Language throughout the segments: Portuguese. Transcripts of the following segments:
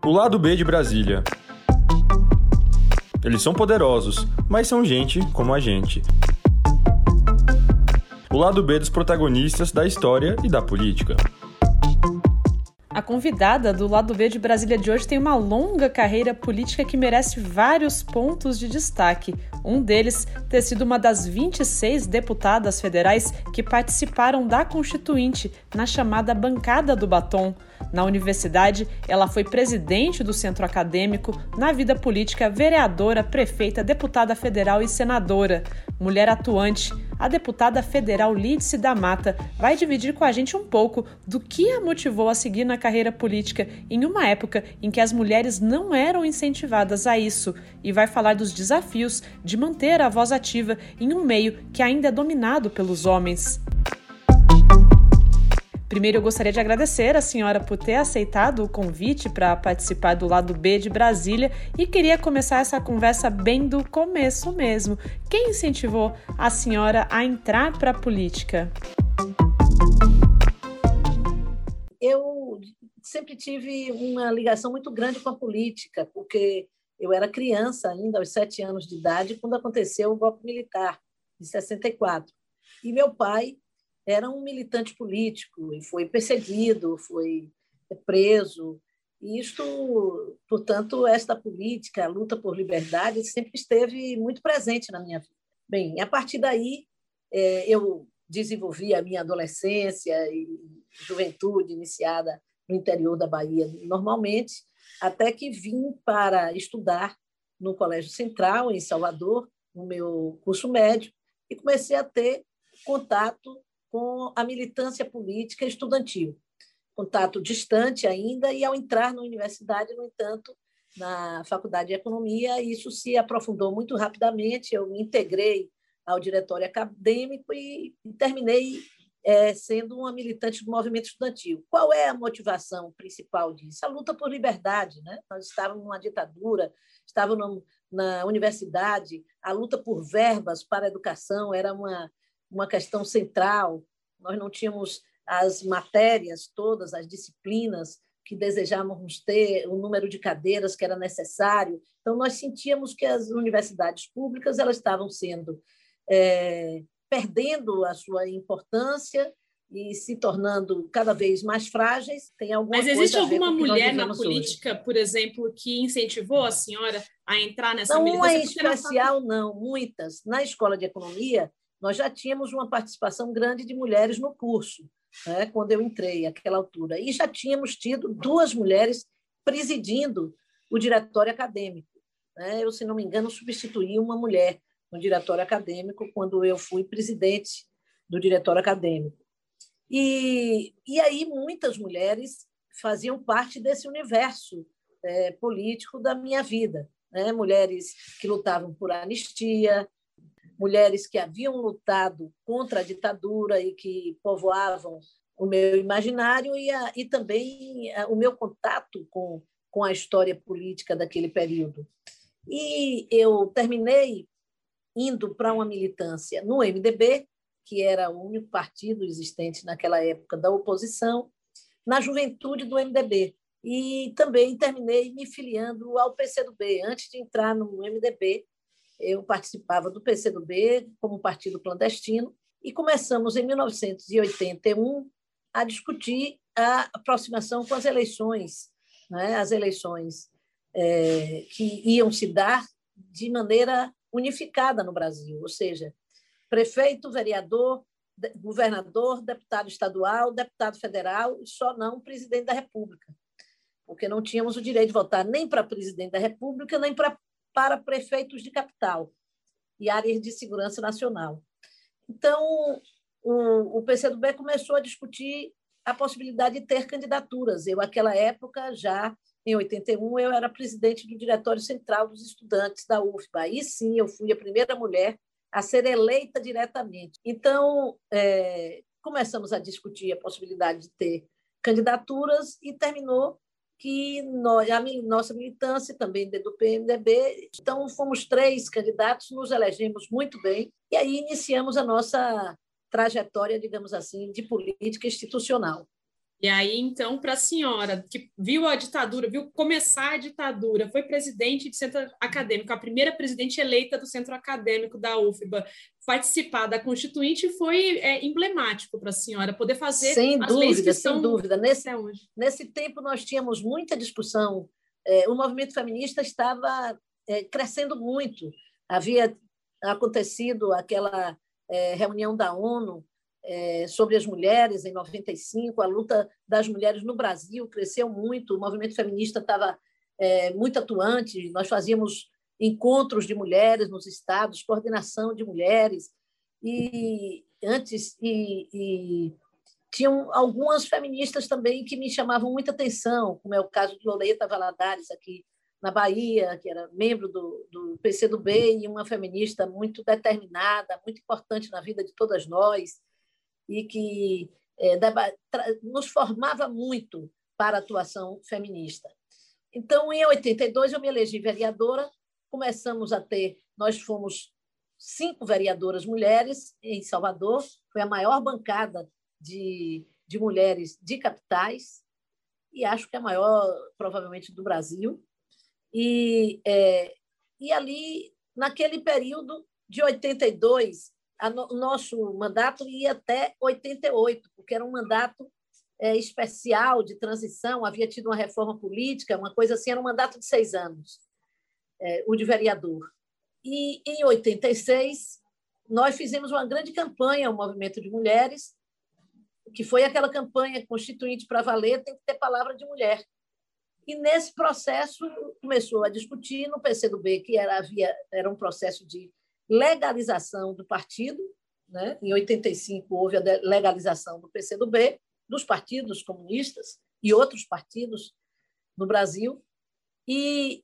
O lado B de Brasília. Eles são poderosos, mas são gente como a gente. O lado B dos protagonistas da história e da política. A convidada do Lado B de Brasília de hoje tem uma longa carreira política que merece vários pontos de destaque. Um deles ter sido uma das 26 deputadas federais que participaram da Constituinte na chamada Bancada do Batom. Na universidade, ela foi presidente do centro acadêmico, na vida política, vereadora, prefeita, deputada federal e senadora. Mulher atuante, a deputada federal Lídice da Mata vai dividir com a gente um pouco do que a motivou a seguir na carreira política em uma época em que as mulheres não eram incentivadas a isso e vai falar dos desafios de manter a voz ativa em um meio que ainda é dominado pelos homens. Primeiro, eu gostaria de agradecer a senhora por ter aceitado o convite para participar do Lado B de Brasília e queria começar essa conversa bem do começo mesmo. Quem incentivou a senhora a entrar para a política? Eu sempre tive uma ligação muito grande com a política, porque eu era criança ainda, aos 7 anos de idade, quando aconteceu o golpe militar, de 64. E meu pai era um militante político e foi perseguido, foi preso. E isto, portanto, esta política, a luta por liberdade, sempre esteve muito presente na minha vida. Bem, a partir daí, eu desenvolvi a minha adolescência e juventude iniciada no interior da Bahia, normalmente, até que vim para estudar no Colégio Central, em Salvador, no meu curso médio, e comecei a ter contato com a militância política estudantil. Contato distante ainda, e ao entrar na universidade, no entanto, na Faculdade de Economia, isso se aprofundou muito rapidamente, eu me integrei ao diretório acadêmico e terminei sendo uma militante do movimento estudantil. Qual é a motivação principal disso? A luta por liberdade, né? Nós estávamos numa ditadura, estávamos na universidade, a luta por verbas para a educação era uma questão central. Nós não tínhamos as matérias todas, as disciplinas que desejávamos ter, o número de cadeiras que era necessário. Então, nós sentíamos que as universidades públicas elas estavam sendo perdendo a sua importância e se tornando cada vez mais frágeis. Tem alguma Mas existe coisa alguma mulher na hoje. política, por exemplo, que incentivou a senhora a entrar nessa militância? Não, militância? uma em especial, não, muitas. Na Escola de Economia, nós já tínhamos uma participação grande de mulheres no curso, né, quando eu entrei, àquela altura. E já tínhamos tido 2 mulheres presidindo o diretório acadêmico. Né? Eu, se não me engano, substituí uma mulher no diretório acadêmico quando eu fui presidente do diretório acadêmico. E aí muitas mulheres faziam parte desse universo político da minha vida. Né? Mulheres que lutavam por anistia, mulheres que haviam lutado contra a ditadura e que povoavam o meu imaginário e também o meu contato com a história política daquele período. E eu terminei indo para uma militância no MDB, que era o único partido existente naquela época da oposição, na juventude do MDB. E também terminei me filiando ao PCdoB. Antes de entrar no MDB, eu participava do PCdoB como partido clandestino e começamos, em 1981, a discutir a aproximação com as eleições, né? As eleições que iam se dar de maneira unificada no Brasil, ou seja, prefeito, vereador, governador, deputado estadual, deputado federal e só não presidente da República, porque não tínhamos o direito de votar nem para presidente da República, nem para prefeitos de capital e áreas de segurança nacional. Então, o PCdoB começou a discutir a possibilidade de ter candidaturas. Eu, naquela época, já em 81, eu era presidente do Diretório Central dos Estudantes da UFBA. Aí sim, eu fui a primeira mulher a ser eleita diretamente. Então, começamos a discutir a possibilidade de ter candidaturas e terminou que a nossa militância também do PMDB, então fomos 3 candidatos, nos elegemos muito bem e aí iniciamos a nossa trajetória, digamos assim, de política institucional. E aí, então, para a senhora, que viu a ditadura, viu começar a ditadura, foi presidente de centro acadêmico, a primeira presidente eleita do centro acadêmico da UFBA, participar da Constituinte foi emblemático para a senhora, poder fazer Sem as leis que dúvida, sem estão dúvida. até hoje. Nesse tempo, nós tínhamos muita discussão. O movimento feminista estava crescendo muito. Havia acontecido aquela reunião da ONU sobre as mulheres, em 95, a luta das mulheres no Brasil cresceu muito, o movimento feminista estava muito atuante, nós fazíamos encontros de mulheres nos estados, coordenação de mulheres, e antes tinham algumas feministas também que me chamavam muita atenção, como é o caso de Loleta Valadares, aqui na Bahia, que era membro do PCdoB e uma feminista muito determinada, muito importante na vida de todas nós, e que nos formava muito para a atuação feminista. Então, em 82, eu me elegi vereadora, nós fomos 5 vereadoras mulheres em Salvador, foi a maior bancada de mulheres de capitais, e acho que a maior, provavelmente, do Brasil. E ali, naquele período de 82, o nosso mandato ia até 88, porque era um mandato especial de transição, havia tido uma reforma política, uma coisa assim, era um mandato de 6 anos, o de vereador. E, em 86, nós fizemos uma grande campanha, o Movimento de Mulheres, que foi aquela campanha constituinte para valer, tem que ter palavra de mulher. E, nesse processo, começou a discutir no PCdoB, que era um processo de legalização do partido, né? Em 85 houve a legalização do PCdoB, dos partidos comunistas e outros partidos no Brasil, e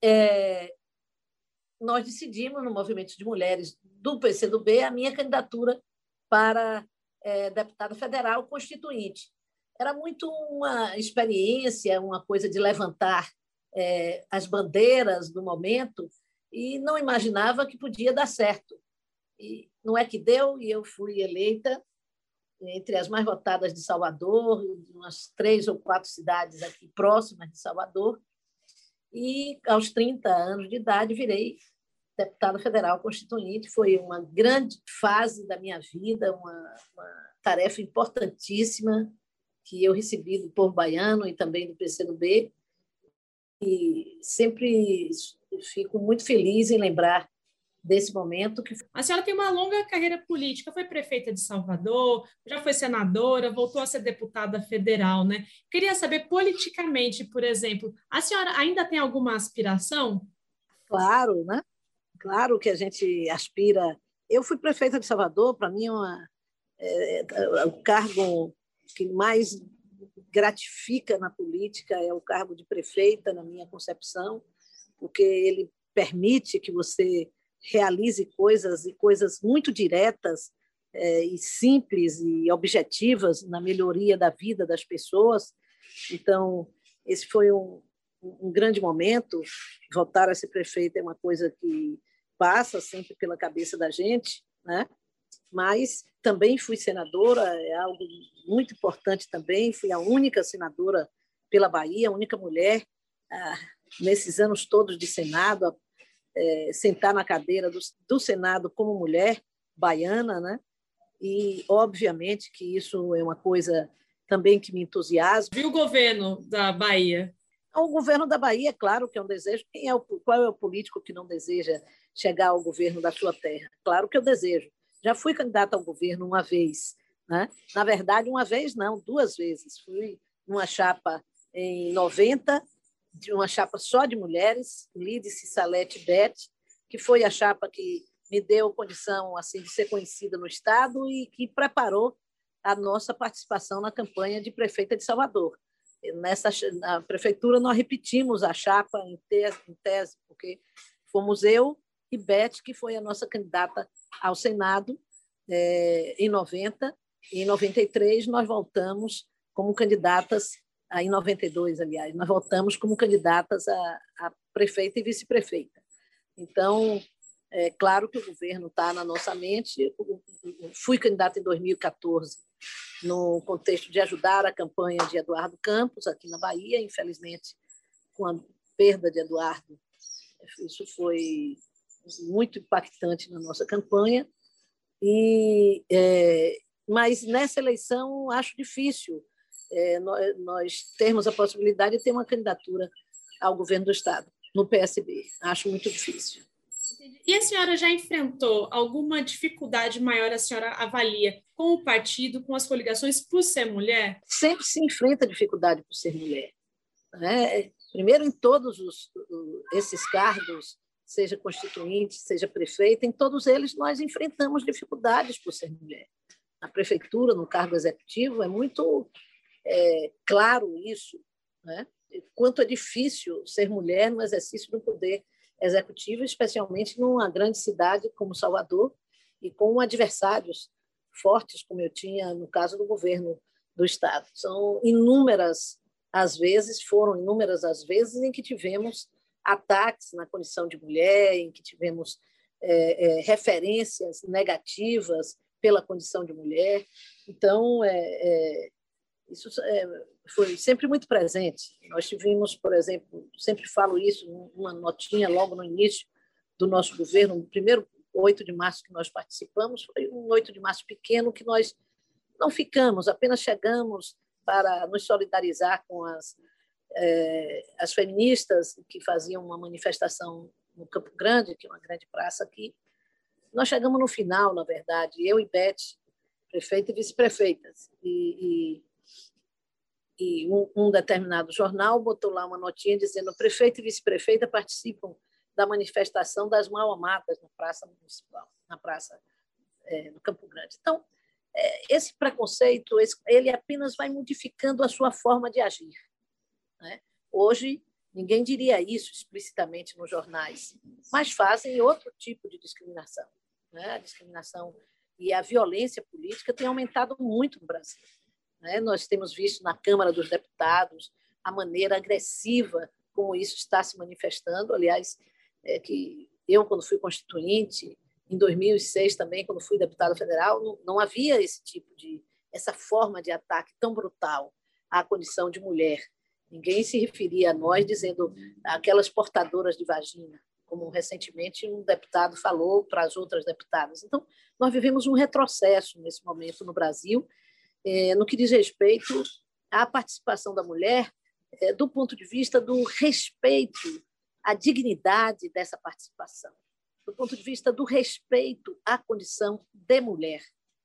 nós decidimos, no Movimento de Mulheres do PCdoB, a minha candidatura para deputada federal constituinte. Era muito uma experiência, uma coisa de levantar as bandeiras do momento, e não imaginava que podia dar certo. E não é que deu, e eu fui eleita entre as mais votadas de Salvador, de umas 3 ou 4 cidades aqui próximas de Salvador, e aos 30 anos de idade virei deputada federal constituinte. Foi uma grande fase da minha vida, uma tarefa importantíssima que eu recebi do povo baiano e também do PCdoB, e sempre fico muito feliz em lembrar desse momento. A senhora tem uma longa carreira política, foi prefeita de Salvador, já foi senadora, voltou a ser deputada federal, né? Queria saber, politicamente, por exemplo, a senhora ainda tem alguma aspiração? Claro, né? Claro que a gente aspira. Eu fui prefeita de Salvador, para mim o cargo que mais gratifica na política é o cargo de prefeita, na minha concepção, porque ele permite que você realize coisas muito diretas e simples e objetivas na melhoria da vida das pessoas. Então, esse foi um grande momento. Voltar a ser prefeita é uma coisa que passa sempre pela cabeça da gente, né? Mas também fui senadora, é algo muito importante também. Fui a única senadora pela Bahia, a única mulher nesses anos todos de Senado, sentar na cadeira do Senado como mulher baiana, né? E, obviamente, que isso é uma coisa também que me entusiasma. Viu o governo da Bahia? O governo da Bahia, é claro que é um desejo. Qual é o político que não deseja chegar ao governo da sua terra? Claro que eu desejo. Já fui candidata ao governo uma vez, né? Na verdade, uma vez não, 2 vezes. Fui numa chapa em 90, de uma chapa só de mulheres, Lídice, Salete e Beth, que foi a chapa que me deu condição assim, de ser conhecida no Estado e que preparou a nossa participação na campanha de prefeita de Salvador. Na prefeitura, nós repetimos a chapa em tese, porque fomos eu e Beth, que foi a nossa candidata ao Senado em 90, e em 93 nós voltamos como candidatas, em 92, aliás, nós voltamos como candidatas a prefeita e vice-prefeita. Então, é claro que o governo está na nossa mente. Fui candidata em 2014 no contexto de ajudar a campanha de Eduardo Campos, aqui na Bahia. Infelizmente, com a perda de Eduardo, isso foi muito impactante na nossa campanha. Mas nessa eleição acho difícil nós termos a possibilidade de ter uma candidatura ao governo do Estado, no PSB. Acho muito difícil. E a senhora já enfrentou alguma dificuldade maior, a senhora avalia, com o partido, com as coligações, por ser mulher? Sempre se enfrenta dificuldade por ser mulher, né? Primeiro, em todos esses cargos, seja constituinte, seja prefeita, em todos eles nós enfrentamos dificuldades por ser mulher. Na prefeitura, no cargo executivo, é muito claro isso, né? Quanto é difícil ser mulher no exercício do poder executivo, especialmente numa grande cidade como Salvador e com adversários fortes, como eu tinha no caso do governo do Estado. Foram inúmeras as vezes em que tivemos ataques na condição de mulher, em que tivemos referências negativas pela condição de mulher. Então, isso foi sempre muito presente. Nós tivemos, por exemplo, sempre falo isso, uma notinha logo no início do nosso governo, no primeiro 8 de março que nós participamos, foi um 8 de março pequeno que nós não ficamos, apenas chegamos para nos solidarizar com as feministas que faziam uma manifestação no Campo Grande, que é uma grande praça aqui. Nós chegamos no final, na verdade, eu e Beth, prefeita e vice-prefeitas, e um determinado jornal botou lá uma notinha dizendo: prefeito e vice-prefeita participam da manifestação das mal-amadas na Praça Municipal, na Praça no Campo Grande. Então, esse preconceito, ele apenas vai modificando a sua forma de agir, né? Hoje, ninguém diria isso explicitamente nos jornais, mas fazem outro tipo de discriminação, né? A discriminação e a violência política tem aumentado muito no Brasil. Nós temos visto na Câmara dos Deputados a maneira agressiva como isso está se manifestando. Aliás, que eu, quando fui constituinte, em 2006 também, quando fui deputada federal, não havia essa forma de ataque tão brutal à condição de mulher. Ninguém se referia a nós dizendo aquelas portadoras de vagina, como recentemente um deputado falou para as outras deputadas. Então, nós vivemos um retrocesso nesse momento no Brasil, no que diz respeito à participação da mulher, do ponto de vista do respeito à dignidade dessa participação, do ponto de vista do respeito à condição de mulher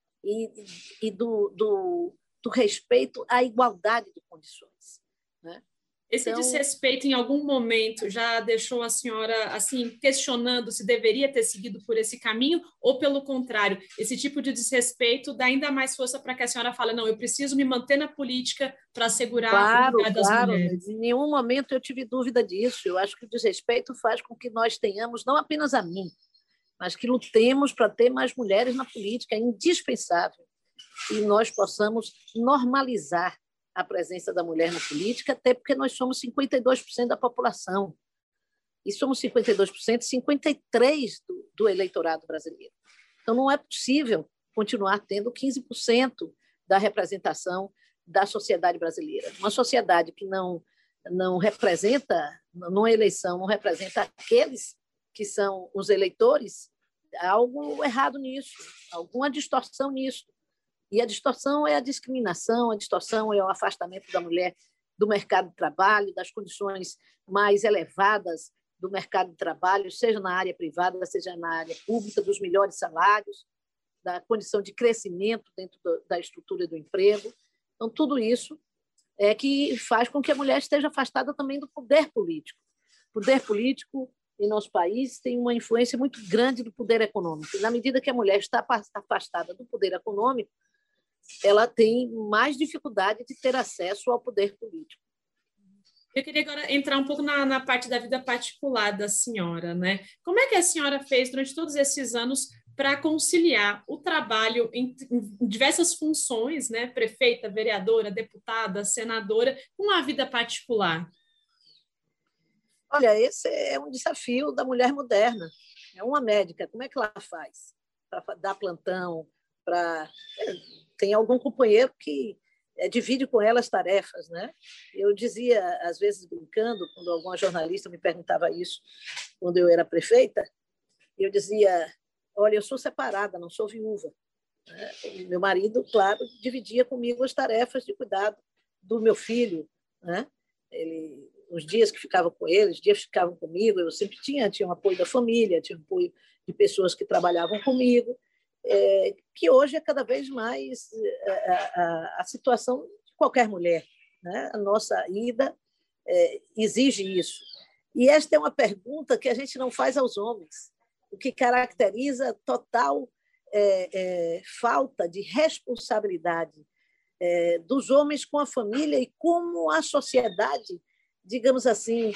e do respeito à igualdade de condições, né? Esse desrespeito, em algum momento, já deixou a senhora assim questionando se deveria ter seguido por esse caminho, ou, pelo contrário, esse tipo de desrespeito dá ainda mais força para que a senhora fale: não, eu preciso me manter na política para assegurar o lugar das mulheres? Em nenhum momento eu tive dúvida disso. Eu acho que o desrespeito faz com que nós tenhamos, não apenas a mim, mas que lutemos para ter mais mulheres na política. É indispensável que nós possamos normalizar a presença da mulher na política, até porque nós somos 52% da população. E somos 52%, 53% do eleitorado brasileiro. Então, não é possível continuar tendo 15% da representação da sociedade brasileira. Uma sociedade que não representa, numa eleição, não representa aqueles que são os eleitores, há algo errado nisso, alguma distorção nisso. E a distorção é a discriminação, a distorção é o afastamento da mulher do mercado de trabalho, das condições mais elevadas do mercado de trabalho, seja na área privada, seja na área pública, dos melhores salários, da condição de crescimento dentro da estrutura do emprego. Então, tudo isso é que faz com que a mulher esteja afastada também do poder político. O poder político em nosso país tem uma influência muito grande do poder econômico. E, na medida que a mulher está afastada do poder econômico, ela tem mais dificuldade de ter acesso ao poder político. Eu queria agora entrar um pouco na parte da vida particular da senhora, né? Como é que a senhora fez durante todos esses anos para conciliar o trabalho em diversas funções, né? Prefeita, vereadora, deputada, senadora, com a vida particular? Olha, esse é um desafio da mulher moderna. É uma médica, como é que ela faz para dar plantão, para tem algum companheiro que divide com ela as tarefas, né? Eu dizia, às vezes brincando, quando alguma jornalista me perguntava isso, quando eu era prefeita, eu dizia, olha, eu sou separada, não sou viúva. Meu marido, claro, dividia comigo as tarefas de cuidado do meu filho, né? Os dias que ficava com ele, os dias que ficavam comigo, eu sempre tinha um apoio da família, tinha um apoio de pessoas que trabalhavam comigo, que hoje é cada vez mais a situação de qualquer mulher, né? A nossa ida exige isso. E esta é uma pergunta que a gente não faz aos homens, o que caracteriza total falta de responsabilidade dos homens com a família e como a sociedade, digamos assim,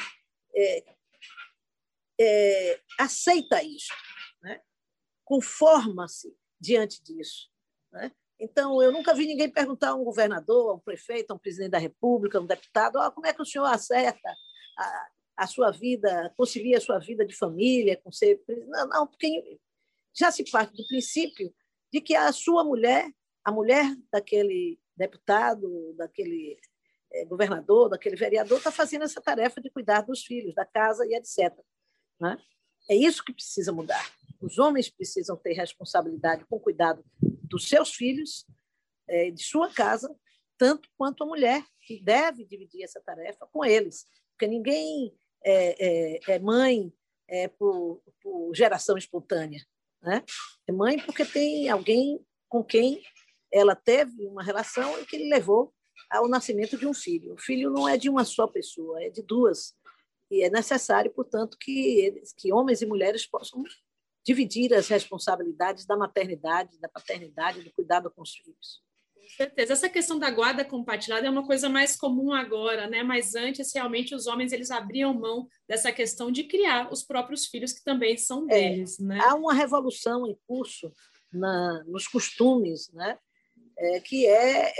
aceita isso, né? Conforma-se diante disso, né? Então, eu nunca vi ninguém perguntar a um governador, a um prefeito, a um presidente da República, a um deputado, como é que o senhor acerta a sua vida, concilia a sua vida de família com ser... Não, porque já se parte do princípio de que a sua mulher, a mulher daquele deputado, daquele governador, daquele vereador, está fazendo essa tarefa de cuidar dos filhos, da casa e etc. Né? É isso que precisa mudar. Os homens precisam ter responsabilidade com o cuidado dos seus filhos, de sua casa, tanto quanto a mulher, que deve dividir essa tarefa com eles, porque ninguém é mãe por geração espontânea, né? É mãe porque tem alguém com quem ela teve uma relação e que lhe levou ao nascimento de um filho. O filho não é de uma só pessoa, é de duas. E é necessário, portanto, que homens e mulheres possam dividir as responsabilidades da maternidade, da paternidade, do cuidado com os filhos. Com certeza. Essa questão da guarda compartilhada é uma coisa mais comum agora, né? Mas antes, realmente, os homens eles abriam mão dessa questão de criar os próprios filhos, que também são deles, né? Há uma revolução em curso nos costumes, né? Que é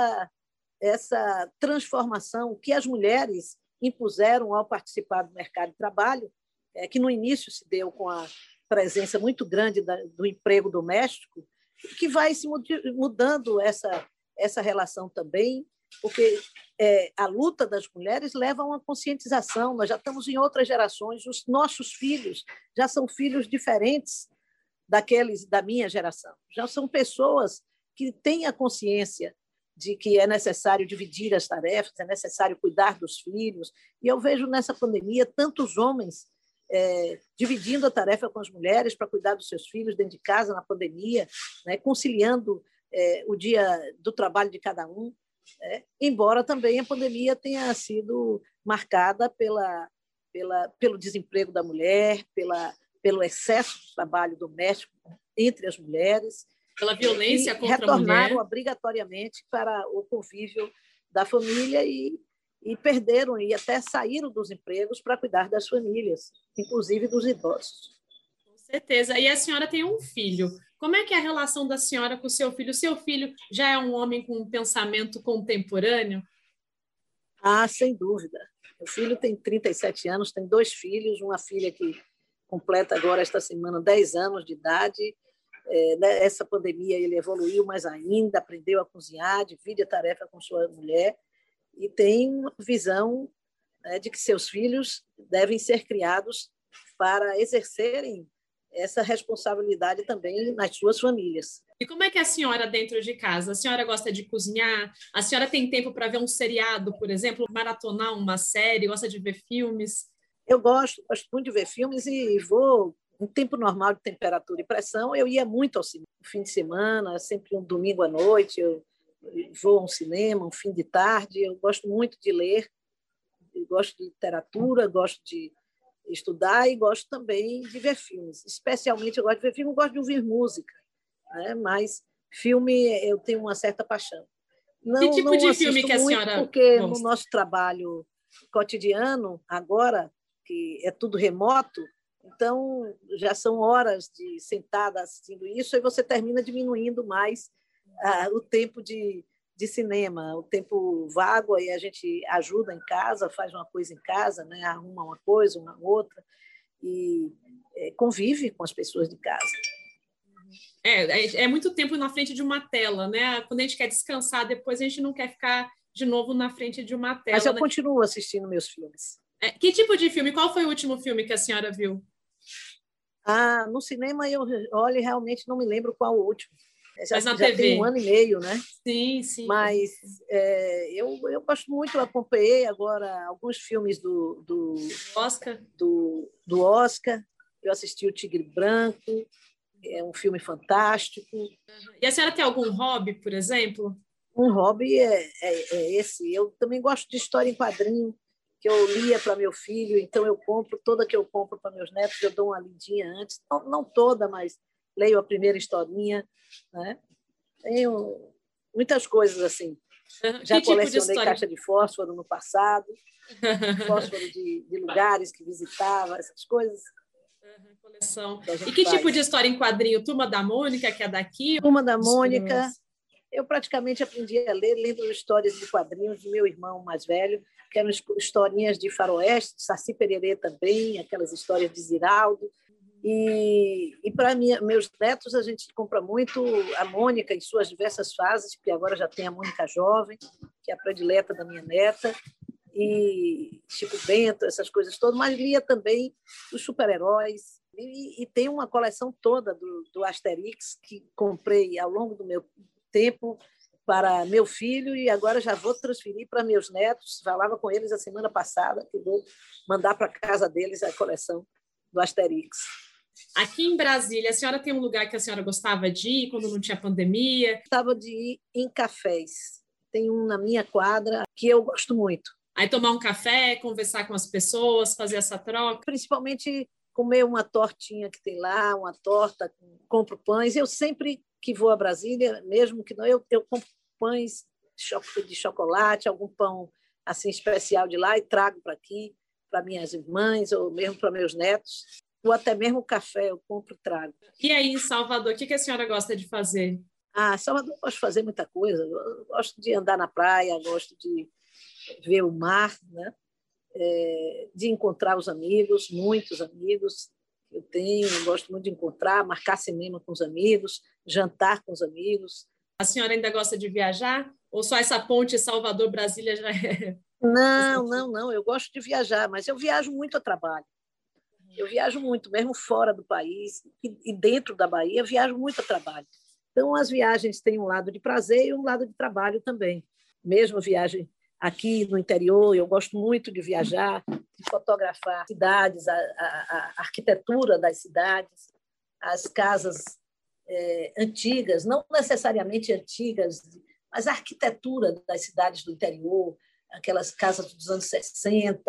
essa transformação que as mulheres impuseram ao participar do mercado de trabalho, que no início se deu com a presença muito grande do emprego doméstico, que vai se mudando essa relação também, porque a luta das mulheres leva a uma conscientização. Nós já estamos em outras gerações, os nossos filhos já são filhos diferentes daqueles da minha geração, já são pessoas que têm a consciência de que é necessário dividir as tarefas, é necessário cuidar dos filhos. E eu vejo nessa pandemia tantos homens dividindo a tarefa com as mulheres para cuidar dos seus filhos dentro de casa na pandemia, né, conciliando o dia do trabalho de cada um, embora também a pandemia tenha sido marcada pelo desemprego da mulher, pelo excesso de trabalho doméstico entre as mulheres, pela violência contra a mulher. Retornaram obrigatoriamente para o convívio da família e perderam e até saíram dos empregos para cuidar das famílias, inclusive dos idosos. Com certeza. E a senhora tem um filho. Como é que é a relação da senhora com o seu filho? O seu filho já é um homem com um pensamento contemporâneo? Sem dúvida. Meu filho tem 37 anos, tem 2 filhos, uma filha que completa agora, esta semana, 10 anos de idade. Nessa pandemia ele evoluiu mais ainda, aprendeu a cozinhar, divide a tarefa com sua mulher e tem uma visão de que seus filhos devem ser criados para exercerem essa responsabilidade também nas suas famílias. E como é que é a senhora dentro de casa? A senhora gosta de cozinhar? A senhora tem tempo para ver um seriado, por exemplo, maratonar uma série? Gosta de ver filmes? Eu gosto muito de ver filmes e vou, em tempo normal de temperatura e pressão, eu ia muito ao cinema. No fim de semana, sempre um domingo à noite, eu vou a um cinema, um fim de tarde. Eu gosto muito de ler, eu gosto de literatura, gosto de estudar e gosto também de ver filmes. Especialmente eu gosto de ver filme, eu gosto de ouvir música, né? Mas filme eu tenho uma certa paixão. Que tipo de filme que a senhora porque gosta? No nosso trabalho cotidiano, agora, que é tudo remoto, então já são horas de sentada assistindo isso, e você termina diminuindo mais o tempo de cinema, o tempo vago, aí a gente ajuda em casa, faz uma coisa em casa, né? Arruma uma coisa, uma outra, e convive com as pessoas de casa. É muito tempo na frente de uma tela, né? Quando a gente quer descansar, depois a gente não quer ficar de novo na frente de uma tela. Mas eu né? continuo assistindo meus filmes. Que tipo de filme? Qual foi o último filme que a senhora viu? No cinema, olha, realmente não me lembro qual o último. Mas na Já TV? tem 1 ano e meio, né? Sim, sim. Mas eu gosto muito, eu acompanhei agora alguns filmes Oscar. do Oscar. Eu assisti O Tigre Branco, é um filme fantástico. E a senhora tem algum hobby, por exemplo? Um hobby é esse. Eu também gosto de história em quadrinho, que eu lia para meu filho, então eu compro, toda que eu compro para meus netos, eu dou uma lidinha antes. Não toda, mas leio a primeira historinha. Né? Tenho muitas coisas assim. Já colecionei caixa de fósforo no passado, fósforo de lugares que visitava, essas coisas. Coleção. E que tipo de história em quadrinho? Turma da Mônica, que é daqui? Turma da Mônica. Eu praticamente aprendi a ler lendo histórias de quadrinhos de meu irmão mais velho, que eram historinhas de faroeste, de Saci Pererê também, aquelas histórias de Ziraldo. E para meus netos, a gente compra muito a Mônica em suas diversas fases, porque agora já tem a Mônica jovem, que é a predileta da minha neta, e Chico Bento, essas coisas todas, mas lia também os super-heróis. E tem uma coleção toda do Asterix, que comprei ao longo do meu tempo para meu filho e agora já vou transferir para meus netos. Falava com eles a semana passada que vou mandar para a casa deles a coleção do Asterix. Aqui em Brasília, a senhora tem um lugar que a senhora gostava de ir quando não tinha pandemia? Gostava de ir em cafés. Tem um na minha quadra que eu gosto muito. Aí tomar um café, conversar com as pessoas, fazer essa troca? Principalmente comer uma tortinha que tem lá, uma torta, compro pães. Eu sempre que vou a Brasília, mesmo que não, eu compro pães de chocolate, algum pão assim especial de lá e trago para aqui, para minhas irmãs ou mesmo para meus netos, ou até mesmo café eu compro e trago. E aí em Salvador, o que a senhora gosta de fazer? Salvador eu gosto de fazer muita coisa, eu gosto de andar na praia, gosto de ver o mar, né? De encontrar os amigos, muitos amigos que eu tenho, eu gosto muito de encontrar, marcar cinema com os amigos, jantar com os amigos. A senhora ainda gosta de viajar? Ou só essa ponte Salvador-Brasília já é? Não, eu gosto de viajar, mas eu viajo muito a trabalho. Eu viajo muito, mesmo fora do país e dentro da Bahia, eu viajo muito a trabalho. Então, as viagens têm um lado de prazer e um lado de trabalho também. Mesmo viagem aqui no interior, eu gosto muito de viajar, de fotografar cidades, a arquitetura das cidades, as casas antigas, não necessariamente antigas, mas a arquitetura das cidades do interior, aquelas casas dos anos 60,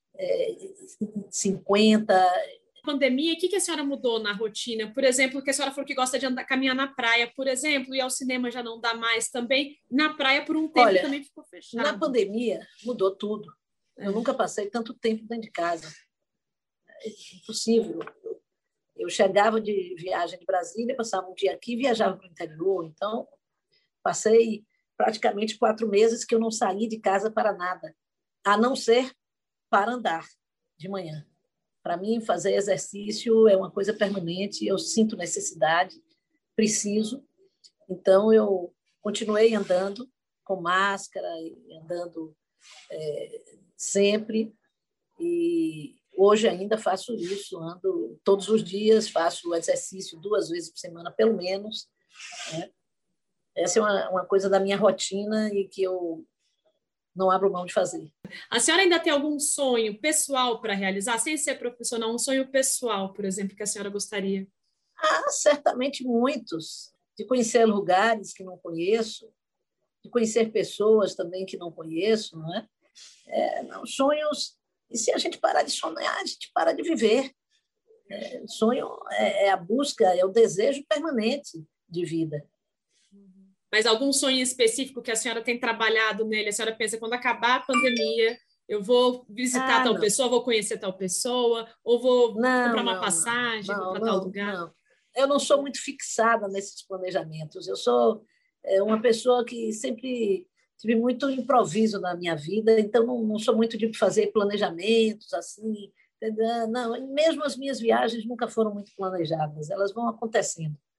50. Pandemia, o que a senhora mudou na rotina? Por exemplo, que a senhora falou que gosta de caminhar na praia, por exemplo, e ao cinema já não dá mais também. Na praia, por um tempo, também ficou fechado. Na pandemia, mudou tudo. Eu nunca passei tanto tempo dentro de casa. É impossível. Eu chegava de viagem de Brasília, passava um dia aqui e viajava para o interior. Então, passei praticamente 4 meses que eu não saí de casa para nada, a não ser para andar de manhã. Para mim, fazer exercício é uma coisa permanente, eu sinto necessidade, preciso. Então, eu continuei andando com máscara, andando sempre, e hoje ainda faço isso, ando todos os dias, faço exercício 2 vezes por semana, pelo menos. Né? Essa é uma coisa da minha rotina e que eu não abro mão de fazer. A senhora ainda tem algum sonho pessoal para realizar, sem ser profissional, um sonho pessoal, por exemplo, que a senhora gostaria? Certamente muitos. De conhecer lugares que não conheço, de conhecer pessoas também que não conheço, não é? Sonhos. E se a gente parar de sonhar, a gente para de viver. Sonho é a busca, é o desejo permanente de vida. Mas algum sonho específico que a senhora tem trabalhado nele? A senhora pensa, quando acabar a pandemia, eu vou visitar tal pessoa, vou conhecer tal pessoa, ou vou comprar uma passagem, vou para tal lugar? Não. Eu não sou muito fixada nesses planejamentos. Eu sou uma pessoa que sempre tive muito improviso na minha vida, então não sou muito de fazer planejamentos assim. Não, mesmo as minhas viagens nunca foram muito planejadas, elas vão acontecendo.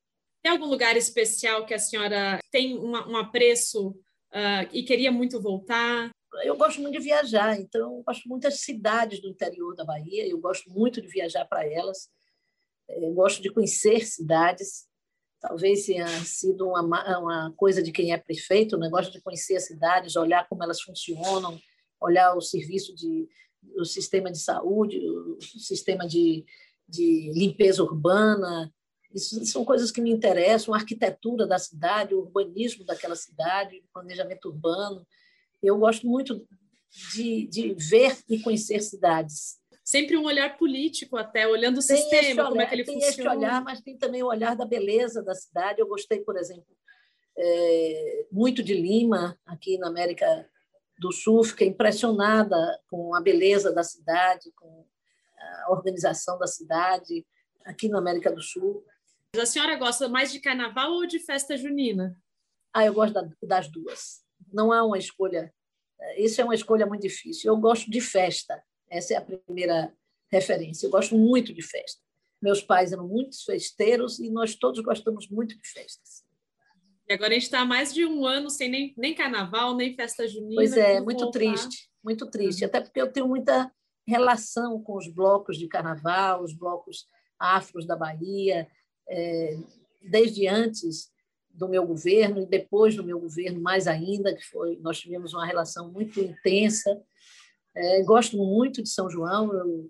Tem algum lugar especial que a senhora tem um apreço e queria muito voltar? Eu gosto muito de viajar, então eu gosto muito das cidades do interior da Bahia, eu gosto muito de viajar para elas, eu gosto de conhecer cidades, talvez tenha sido uma coisa de quem é prefeito, o negócio de conhecer as cidades, olhar como elas funcionam, olhar o serviço o sistema de saúde, o sistema de limpeza urbana. Isso são coisas que me interessam, a arquitetura da cidade, o urbanismo daquela cidade, o planejamento urbano. Eu gosto muito de ver e conhecer cidades. Sempre um olhar político até, olhando o sistema, como é que ele funciona. Tem este olhar, mas tem também o olhar da beleza da cidade. Eu gostei, por exemplo, muito de Lima, aqui na América do Sul. Fiquei impressionada com a beleza da cidade, com a organização da cidade, aqui na América do Sul. A senhora gosta mais de carnaval ou de festa junina? Eu gosto das duas. Não há uma escolha. Isso é uma escolha muito difícil. Eu gosto de festa. Essa é a primeira referência. Eu gosto muito de festa. Meus pais eram muitos festeiros e nós todos gostamos muito de festas. E agora a gente está há mais de um ano sem nem carnaval, nem festa junina. Pois é, muito triste, muito triste. Até porque eu tenho muita relação com os blocos de carnaval, os blocos afros da Bahia, desde antes do meu governo e depois do meu governo mais ainda, nós tivemos uma relação muito intensa. Gosto muito de São João. Eu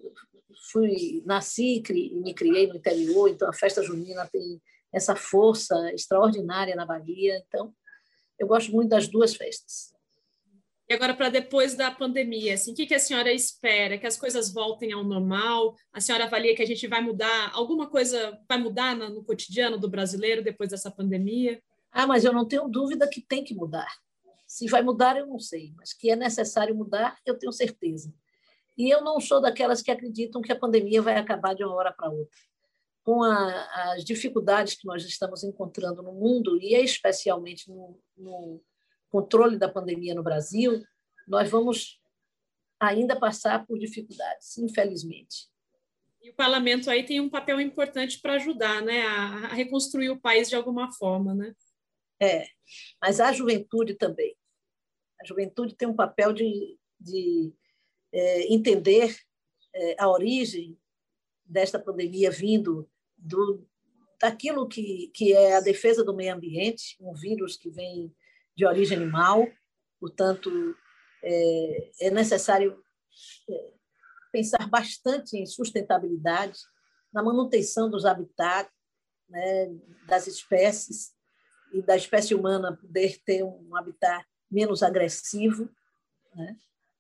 nasci e me criei no interior, então a festa junina tem essa força extraordinária na Bahia. Então, eu gosto muito das duas festas. E agora, para depois da pandemia, assim, o que a senhora espera? Que as coisas voltem ao normal? A senhora avalia que a gente vai mudar? Alguma coisa vai mudar no cotidiano do brasileiro depois dessa pandemia? Mas eu não tenho dúvida que tem que mudar. Se vai mudar, eu não sei, mas que é necessário mudar, eu tenho certeza. E eu não sou daquelas que acreditam que a pandemia vai acabar de uma hora para outra. Com as dificuldades que nós estamos encontrando no mundo, e especialmente no controle da pandemia no Brasil, nós vamos ainda passar por dificuldades, infelizmente. E o parlamento aí tem um papel importante para ajudar, né, a reconstruir o país de alguma forma, né? Mas a juventude também. A juventude tem um papel de entender a origem desta pandemia vindo daquilo que é a defesa do meio ambiente, um vírus que vem de origem animal. Portanto, é necessário pensar bastante em sustentabilidade, na manutenção dos habitats, né, das espécies, e da espécie humana poder ter um habitat menos agressivo, né?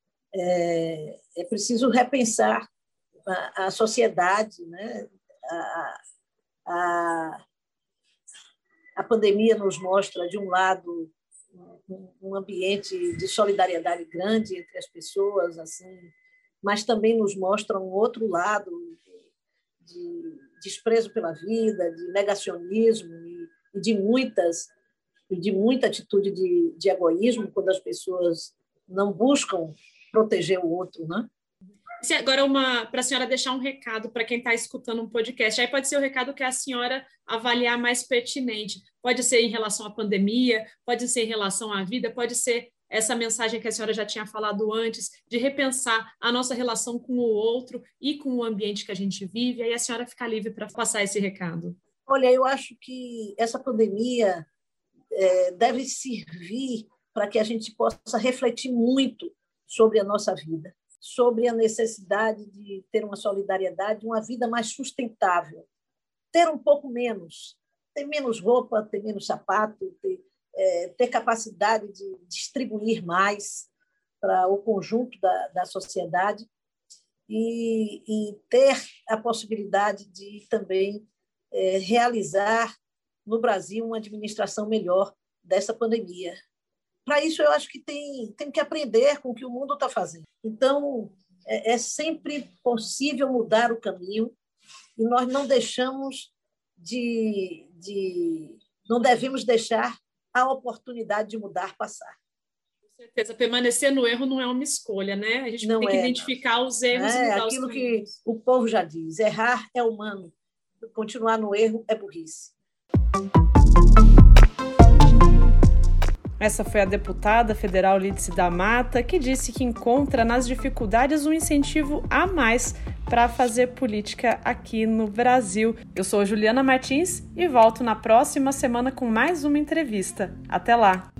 É preciso repensar a sociedade, né? A pandemia nos mostra, de um lado, um ambiente de solidariedade grande entre as pessoas, assim, mas também nos mostra um outro lado de desprezo pela vida, de negacionismo e de muita atitude de egoísmo, quando as pessoas não buscam proteger o outro, né? Agora, para a senhora deixar um recado para quem está escutando um podcast, aí pode ser o recado que a senhora avaliar mais pertinente. Pode ser em relação à pandemia, pode ser em relação à vida, pode ser essa mensagem que a senhora já tinha falado antes, de repensar a nossa relação com o outro e com o ambiente que a gente vive, aí a senhora fica livre para passar esse recado. Olha, eu acho que essa pandemia deve servir para que a gente possa refletir muito sobre a nossa vida, sobre a necessidade de ter uma solidariedade, uma vida mais sustentável, ter um pouco menos, ter menos roupa, ter menos sapato, ter capacidade de distribuir mais para o conjunto da sociedade e ter a possibilidade de também realizar no Brasil uma administração melhor dessa pandemia. Para isso, eu acho que tem que aprender com o que o mundo está fazendo. Então, é sempre possível mudar o caminho e nós não não devemos deixar a oportunidade de mudar passar. Com certeza, permanecer no erro não é uma escolha, né? A gente tem que identificar os erros e mudar os caminhos. Aquilo que o povo já diz, errar é humano, continuar no erro é burrice. Essa foi a deputada federal Lídice da Mata, que disse que encontra nas dificuldades um incentivo a mais para fazer política aqui no Brasil. Eu sou Juliana Martins e volto na próxima semana com mais uma entrevista. Até lá!